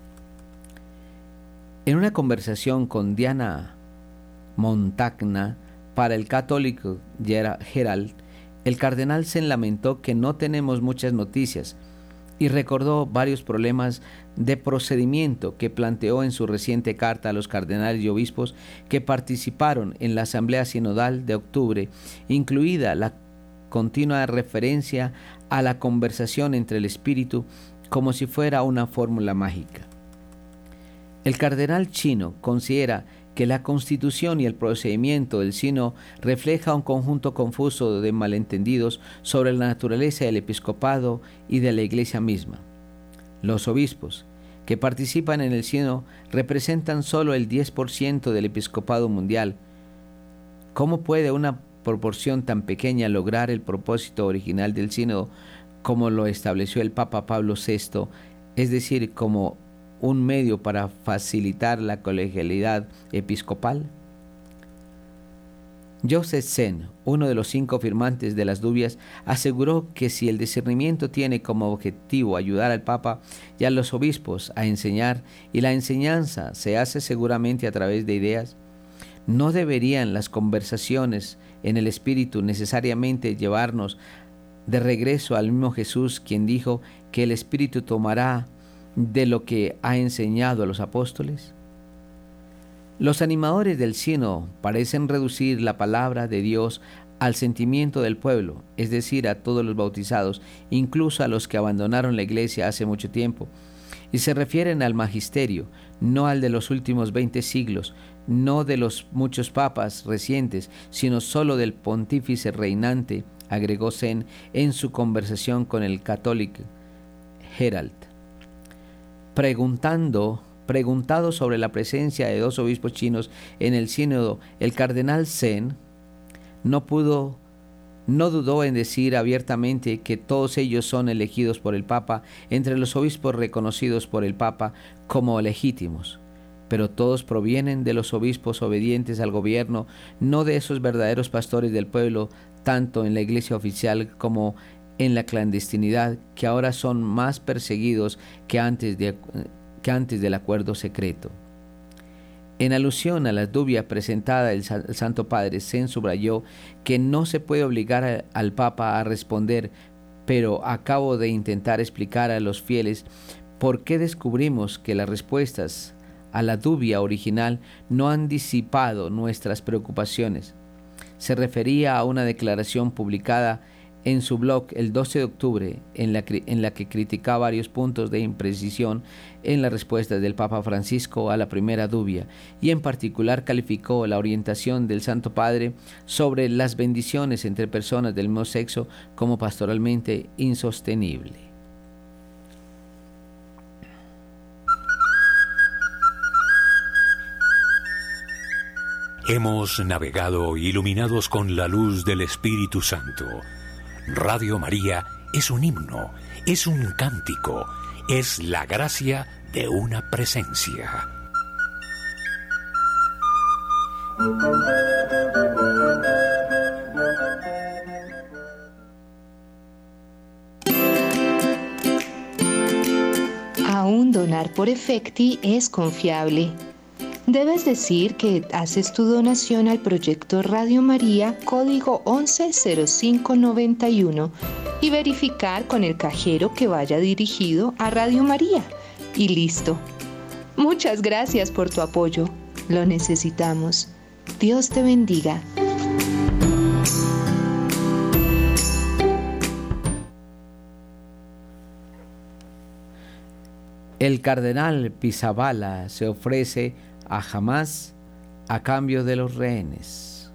En una conversación con Diana Montagna para el católico Herald, el cardenal Zen lamentó que no tenemos muchas noticias y recordó varios problemas de procedimiento que planteó en su reciente carta a los cardenales y obispos que participaron en la Asamblea Sinodal de octubre, incluida la continua referencia a la conversación entre el espíritu como si fuera una fórmula mágica. El cardenal Chino considera que la constitución y el procedimiento del sínodo refleja un conjunto confuso de malentendidos sobre la naturaleza del episcopado y de la Iglesia misma. Los obispos que participan en el sínodo representan solo el diez por ciento del episcopado mundial. ¿Cómo puede una proporción tan pequeña lograr el propósito original del sínodo como lo estableció el Papa Pablo sexto, es decir, como un medio para facilitar la colegialidad episcopal? Joseph Zen, uno de los cinco firmantes de las dubias, aseguró que si el discernimiento tiene como objetivo ayudar al Papa y a los obispos a enseñar, y la enseñanza se hace seguramente a través de ideas, ¿no deberían las conversaciones en el Espíritu necesariamente llevarnos de regreso al mismo Jesús, quien dijo que el Espíritu tomará de lo que ha enseñado a los apóstoles? Los animadores del sínodo parecen reducir la palabra de Dios al sentimiento del pueblo, es decir, a todos los bautizados, incluso a los que abandonaron la iglesia hace mucho tiempo, y se refieren al magisterio, no al de los últimos veinte siglos, no de los muchos papas recientes, sino solo del pontífice reinante, agregó Zen en su conversación con el Catholic Herald. Preguntando, preguntado sobre la presencia de dos obispos chinos en el sínodo, el cardenal Zen no pudo, no dudó en decir abiertamente que todos ellos son elegidos por el Papa entre los obispos reconocidos por el Papa como legítimos, pero todos provienen de los obispos obedientes al gobierno, no de esos verdaderos pastores del pueblo, tanto en la iglesia oficial como en la clandestinidad, que ahora son más perseguidos que antes, de, que antes del acuerdo secreto. En alusión a la dubia presentada el Santo Padre, Zen subrayó que no se puede obligar a, al Papa a responder, pero acabo de intentar explicar a los fieles por qué descubrimos que las respuestas a la dubia original no han disipado nuestras preocupaciones. Se refería a una declaración publicada en su blog el doce de octubre, en la, en la que criticaba varios puntos de imprecisión en las respuestas del Papa Francisco a la primera dubia, y en particular calificó la orientación del Santo Padre sobre las bendiciones entre personas del mismo sexo como pastoralmente insostenible. Hemos navegado iluminados con la luz del Espíritu Santo. Radio María es un himno, es un cántico, es la gracia de una presencia. Aún donar por efecti es confiable. Debes decir que haces tu donación al proyecto Radio María, código once cero cinco noventa y uno, y verificar con el cajero que vaya dirigido a Radio María. Y listo. Muchas gracias por tu apoyo. Lo necesitamos. Dios te bendiga. El cardenal Pizzaballa se ofrece a Hamas a cambio de los rehenes.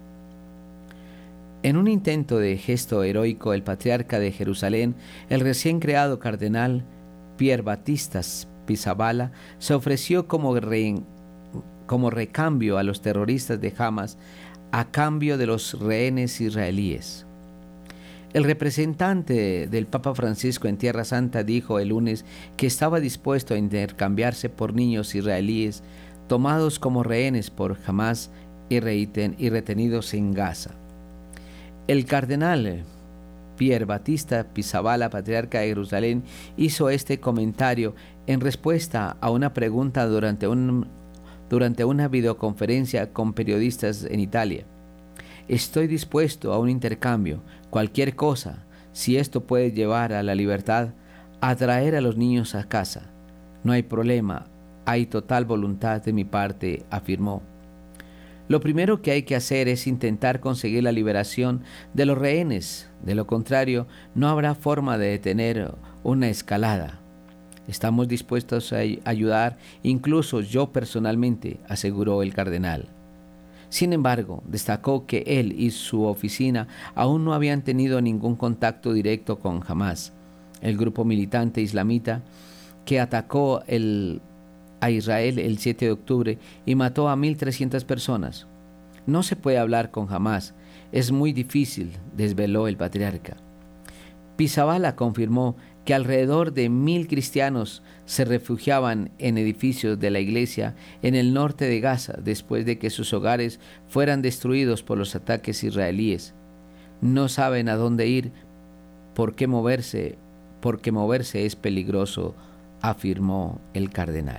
En un intento de gesto heroico, el patriarca de Jerusalén, el recién creado cardenal Pier Battista Pizzaballa, se ofreció como, re, como recambio a los terroristas de Hamas a cambio de los rehenes israelíes. El representante del Papa Francisco en Tierra Santa dijo el lunes que estaba dispuesto a intercambiarse por niños israelíes tomados como rehenes por Hamas y retenidos en Gaza. El cardenal Pier Battista Pizzaballa, patriarca de Jerusalén, hizo este comentario en respuesta a una pregunta durante, un, durante una videoconferencia con periodistas en Italia. Estoy dispuesto a un intercambio, cualquier cosa, si esto puede llevar a la libertad, a traer a los niños a casa. No hay problema. Hay total voluntad de mi parte, afirmó. Lo primero que hay que hacer es intentar conseguir la liberación de los rehenes. De lo contrario, no habrá forma de detener una escalada. Estamos dispuestos a ayudar, incluso yo personalmente, aseguró el cardenal. Sin embargo, destacó que él y su oficina aún no habían tenido ningún contacto directo con Hamás, el grupo militante islamita que atacó el, a Israel el siete de octubre y mató a mil trescientas personas. No se puede hablar con Hamás, es muy difícil, desveló el patriarca. Pizzaballa confirmó que alrededor de mil cristianos se refugiaban en edificios de la iglesia en el norte de Gaza después de que sus hogares fueran destruidos por los ataques israelíes. No saben a dónde ir, por qué moverse, porque moverse es peligroso, afirmó el cardenal.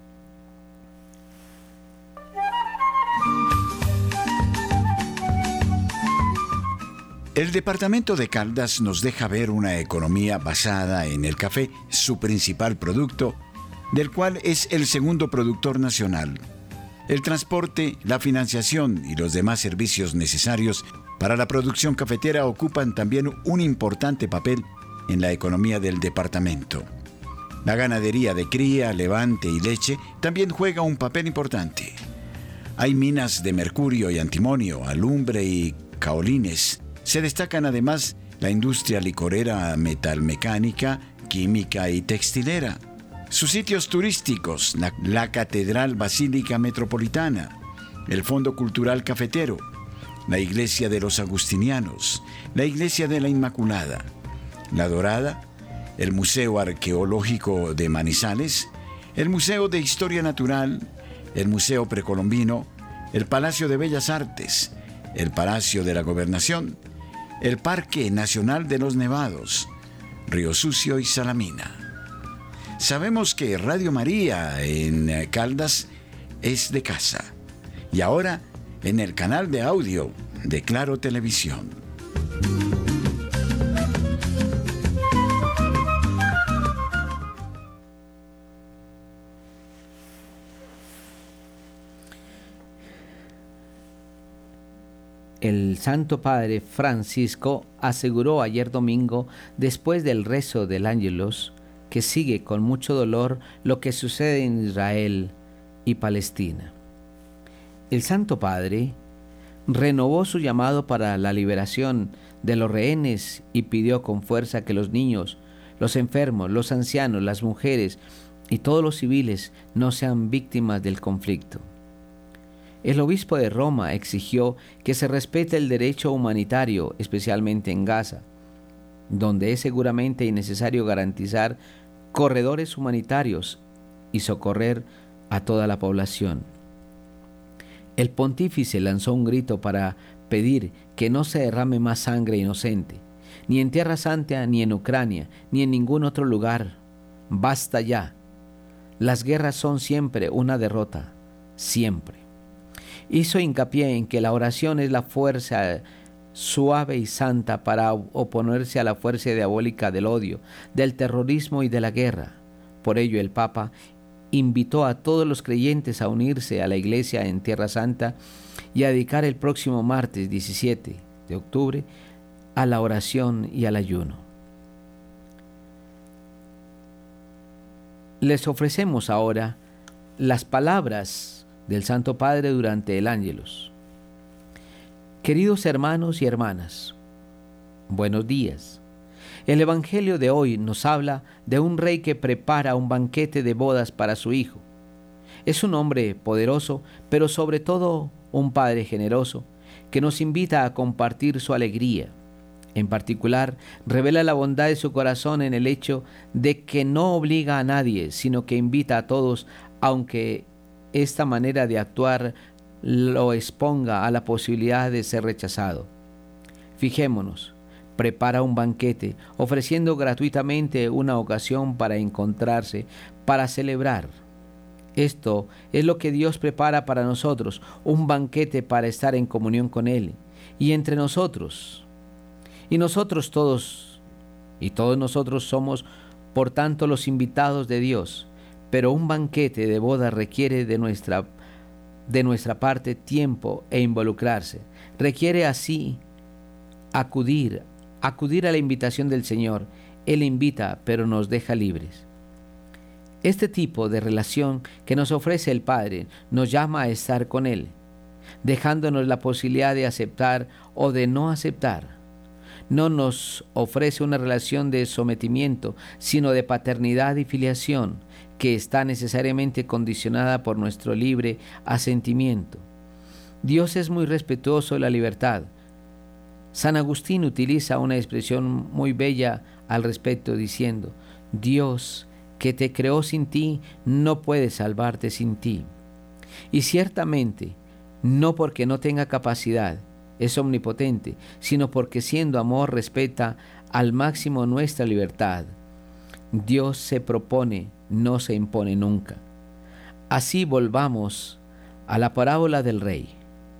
El departamento de Caldas nos deja ver una economía basada en el café, su principal producto, del cual es el segundo productor nacional. El transporte, la financiación y los demás servicios necesarios para la producción cafetera ocupan también un importante papel en la economía del departamento. La ganadería de cría, levante y leche también juega un papel importante. Hay minas de mercurio y antimonio, alumbre y caolines. Se destacan además la industria licorera, metalmecánica, química y textilera. Sus sitios turísticos, la, la Catedral Basílica Metropolitana, el Fondo Cultural Cafetero, la Iglesia de los Agustinianos, la Iglesia de la Inmaculada, La Dorada, el Museo Arqueológico de Manizales, el Museo de Historia Natural, el Museo Precolombino, el Palacio de Bellas Artes, el Palacio de la Gobernación, el Parque Nacional de los Nevados, Río Sucio y Salamina. Sabemos que Radio María en Caldas es de casa y ahora en el canal de audio de Claro Televisión. El Santo Padre Francisco aseguró ayer domingo, después del rezo del Ángelus, que sigue con mucho dolor lo que sucede en Israel y Palestina. El Santo Padre renovó su llamado para la liberación de los rehenes y pidió con fuerza que los niños, los enfermos, los ancianos, las mujeres y todos los civiles no sean víctimas del conflicto. El obispo de Roma exigió que se respete el derecho humanitario, especialmente en Gaza, donde es seguramente innecesario garantizar corredores humanitarios y socorrer a toda la población. El pontífice lanzó un grito para pedir que no se derrame más sangre inocente, ni en Tierra Santa, ni en Ucrania, ni en ningún otro lugar. Basta ya. Las guerras son siempre una derrota, siempre. Hizo hincapié en que la oración es la fuerza suave y santa para oponerse a la fuerza diabólica del odio, del terrorismo y de la guerra. Por ello el Papa invitó a todos los creyentes a unirse a la Iglesia en Tierra Santa y a dedicar el próximo martes diecisiete de octubre a la oración y al ayuno. Les ofrecemos ahora las palabras del Santo Padre durante el Ángelus. Queridos hermanos y hermanas, buenos días. El Evangelio de hoy nos habla de un rey que prepara un banquete de bodas para su hijo. Es un hombre poderoso, pero sobre todo un padre generoso, que nos invita a compartir su alegría. En particular, revela la bondad de su corazón en el hecho de que no obliga a nadie, sino que invita a todos, aunque esta manera de actuar lo exponga a la posibilidad de ser rechazado. Fijémonos, prepara un banquete, ofreciendo gratuitamente una ocasión para encontrarse, para celebrar. Esto es lo que Dios prepara para nosotros, un banquete para estar en comunión con Él y entre nosotros. Y nosotros todos, y todos nosotros somos, por tanto, los invitados de Dios. Pero un banquete de boda requiere de nuestra de nuestra parte tiempo e involucrarse. Requiere así acudir, acudir a la invitación del Señor. Él invita, pero nos deja libres. Este tipo de relación que nos ofrece el Padre nos llama a estar con Él, dejándonos la posibilidad de aceptar o de no aceptar. No nos ofrece una relación de sometimiento, sino de paternidad y filiación, que está necesariamente condicionada por nuestro libre asentimiento. Dios es muy respetuoso de la libertad. San Agustín utiliza una expresión muy bella al respecto, diciendo: Dios, que te creó sin ti, no puede salvarte sin ti. Y ciertamente, no porque no tenga capacidad, es omnipotente, sino porque siendo amor respeta al máximo nuestra libertad. Dios se propone, no se impone nunca. Así volvamos a la parábola del rey.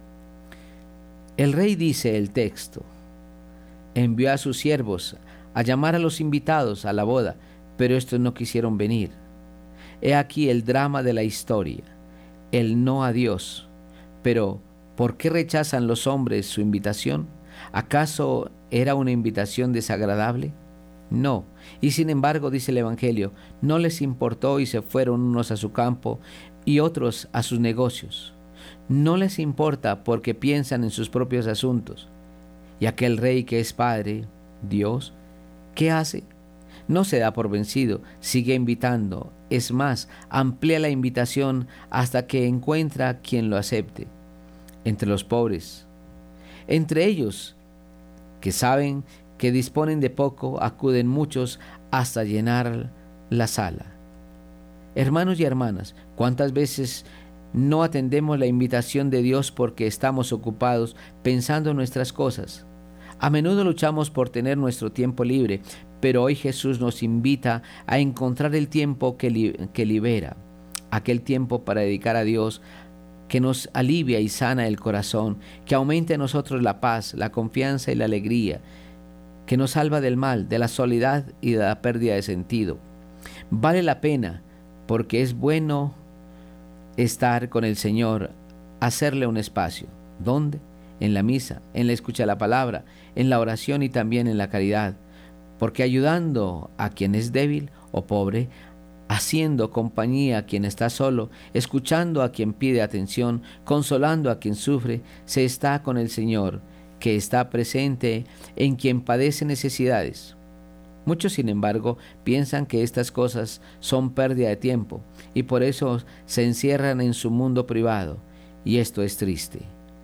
El rey, dice el texto, envió a sus siervos a llamar a los invitados a la boda, pero estos no quisieron venir. He aquí el drama de la historia, el no a Dios. Pero, ¿por qué rechazan los hombres su invitación? ¿Acaso era una invitación desagradable? No. Y sin embargo, dice el Evangelio, no les importó y se fueron unos a su campo y otros a sus negocios. No les importa porque piensan en sus propios asuntos. Y aquel rey que es Padre, Dios, ¿qué hace? No se da por vencido, sigue invitando. Es más, amplía la invitación hasta que encuentra quien lo acepte. Entre los pobres, entre ellos que saben que disponen de poco, acuden muchos hasta llenar la sala. Hermanos y hermanas, ¿cuántas veces no atendemos la invitación de Dios porque estamos ocupados pensando en nuestras cosas? A menudo luchamos por tener nuestro tiempo libre, pero hoy Jesús nos invita a encontrar el tiempo que, li- que libera, aquel tiempo para dedicar a Dios, que nos alivia y sana el corazón, que aumenta en nosotros la paz, la confianza y la alegría, que nos salva del mal, de la soledad y de la pérdida de sentido. Vale la pena porque es bueno estar con el Señor, hacerle un espacio. ¿Dónde? En la misa, en la escucha de la palabra, en la oración y también en la caridad, porque ayudando a quien es débil o pobre, haciendo compañía a quien está solo, escuchando a quien pide atención, consolando a quien sufre, se está con el Señor, que está presente en quien padece necesidades. Muchos, sin embargo, piensan que estas cosas son pérdida de tiempo y por eso se encierran en su mundo privado, y esto es triste.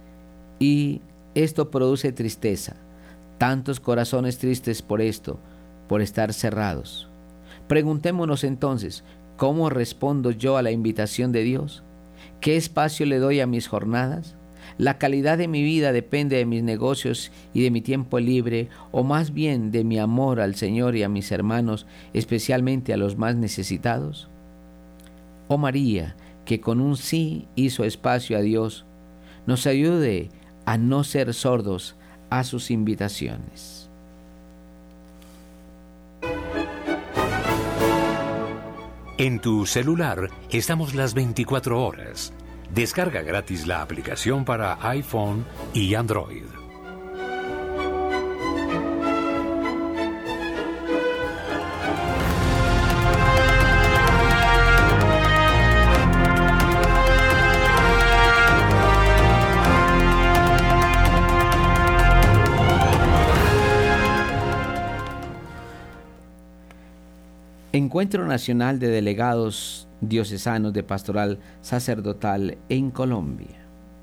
Y esto produce tristeza, tantos corazones tristes por esto, por estar cerrados. Preguntémonos entonces, ¿cómo respondo yo a la invitación de Dios? ¿Qué espacio le doy a mis jornadas? ¿La calidad de mi vida depende de mis negocios y de mi tiempo libre, o más bien de mi amor al Señor y a mis hermanos, especialmente a los más necesitados? Oh María, que con un sí hizo espacio a Dios, nos ayude a no ser sordos a sus invitaciones. En tu celular estamos las veinticuatro horas. Descarga gratis la aplicación para iPhone y Android. Encuentro Nacional de Delegados Diocesanos de Pastoral Sacerdotal en Colombia.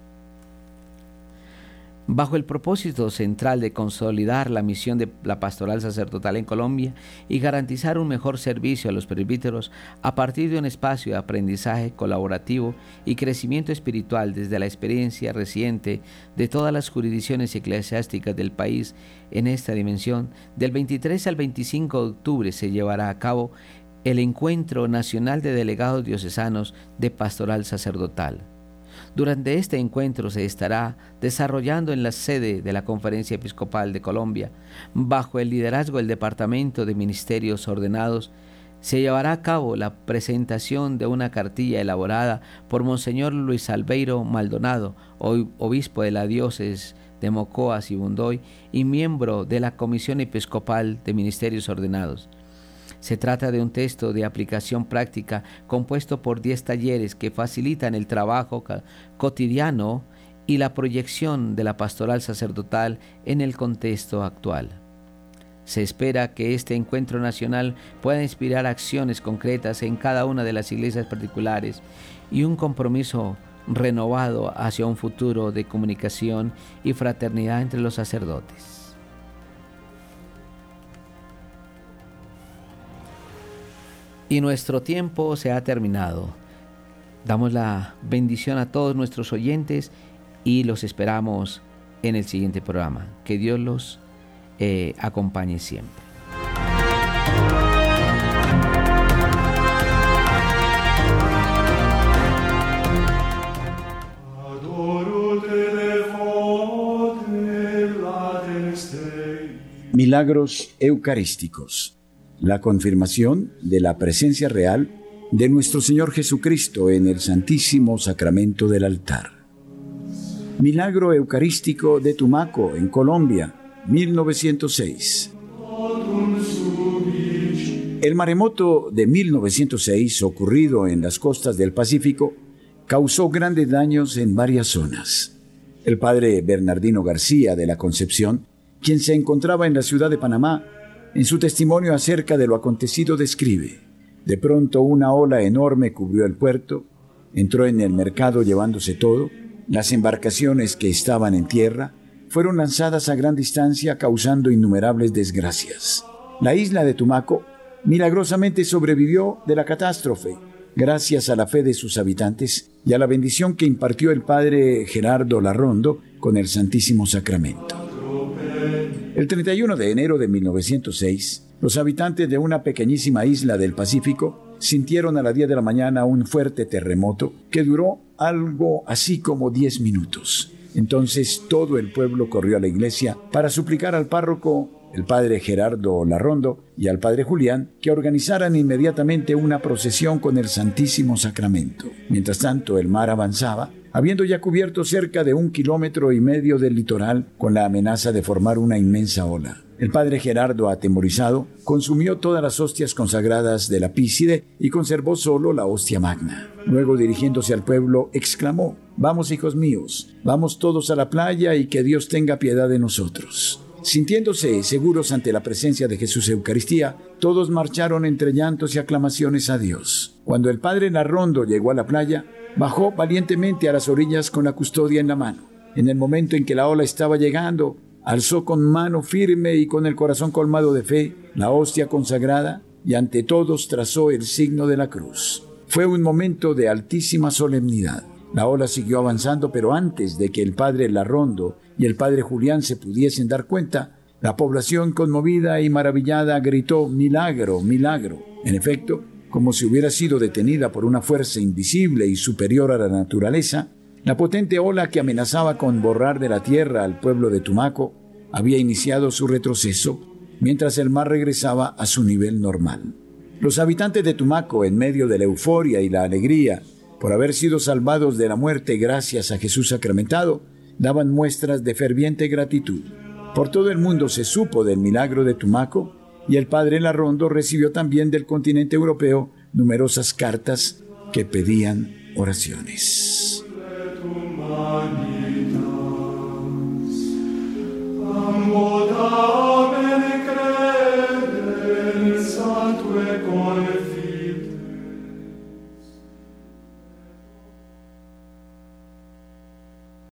Bajo el propósito central de consolidar la misión de la Pastoral Sacerdotal en Colombia y garantizar un mejor servicio a los presbíteros a partir de un espacio de aprendizaje colaborativo y crecimiento espiritual desde la experiencia reciente de todas las jurisdicciones eclesiásticas del país en esta dimensión, del veintitrés al veinticinco de octubre se llevará a cabo el Encuentro Nacional de Delegados Diocesanos de Pastoral Sacerdotal. Durante este encuentro se estará desarrollando en la sede de la Conferencia Episcopal de Colombia, bajo el liderazgo del Departamento de Ministerios Ordenados, Se llevará a cabo la presentación de una cartilla elaborada por Monseñor Luis Albeiro Maldonado, obispo de la diócesis de Mocoa Sibundoy y miembro de la Comisión Episcopal de Ministerios Ordenados. Se trata de un texto de aplicación práctica compuesto por diez talleres que facilitan el trabajo cotidiano y la proyección de la pastoral sacerdotal en el contexto actual. Se espera que este encuentro nacional pueda inspirar acciones concretas en cada una de las iglesias particulares y un compromiso renovado hacia un futuro de comunicación y fraternidad entre los sacerdotes. Y nuestro tiempo se ha terminado. Damos la bendición a todos nuestros oyentes y los esperamos en el siguiente programa. Que Dios los eh, acompañe siempre. Milagros eucarísticos. La confirmación de la presencia real de nuestro Señor Jesucristo en el Santísimo Sacramento del altar. Milagro eucarístico de Tumaco, en Colombia, mil novecientos seis. El maremoto de mil novecientos seis, ocurrido en las costas del Pacífico, causó grandes daños en varias zonas. El padre Bernardino García de la Concepción, quien se encontraba en la ciudad de Panamá, en su testimonio acerca de lo acontecido describe: de pronto una ola enorme cubrió el puerto, entró en el mercado llevándose todo, las embarcaciones que estaban en tierra fueron lanzadas a gran distancia causando innumerables desgracias. La isla de Tumaco milagrosamente sobrevivió de la catástrofe, gracias a la fe de sus habitantes y a la bendición que impartió el padre Gerardo Larrondo con el Santísimo Sacramento. El treinta y uno de enero de mil novecientos seis, los habitantes de una pequeñísima isla del Pacífico sintieron a las diez de la mañana un fuerte terremoto que duró algo así como diez minutos. Entonces todo el pueblo corrió a la iglesia para suplicar al párroco, el padre Gerardo Larrondo, y al padre Julián que organizaran inmediatamente una procesión con el Santísimo Sacramento. Mientras tanto, el mar avanzaba, habiendo ya cubierto cerca de un kilómetro y medio del litoral con la amenaza de formar una inmensa ola. El padre Gerardo, atemorizado, consumió todas las hostias consagradas de la Píside y conservó solo la hostia magna. Luego, dirigiéndose al pueblo, exclamó: «Vamos, hijos míos, vamos todos a la playa y que Dios tenga piedad de nosotros». Sintiéndose seguros ante la presencia de Jesús Eucaristía, todos marcharon entre llantos y aclamaciones a Dios. Cuando el padre Larrondo llegó a la playa, bajó valientemente a las orillas con la custodia en la mano. En el momento en que la ola estaba llegando, alzó con mano firme y con el corazón colmado de fe la hostia consagrada y ante todos trazó el signo de la cruz. Fue un momento de altísima solemnidad. La ola siguió avanzando, pero antes de que el padre Larrondo y el padre Julián se pudiesen dar cuenta, la población conmovida y maravillada gritó: «¡Milagro, milagro!». En efecto, como si hubiera sido detenida por una fuerza invisible y superior a la naturaleza, la potente ola que amenazaba con borrar de la tierra al pueblo de Tumaco había iniciado su retroceso, mientras el mar regresaba a su nivel normal. Los habitantes de Tumaco, en medio de la euforia y la alegría por haber sido salvados de la muerte gracias a Jesús sacramentado, daban muestras de ferviente gratitud. Por todo el mundo se supo del milagro de Tumaco y el padre Larrondo recibió también del continente europeo numerosas cartas que pedían oraciones. Tue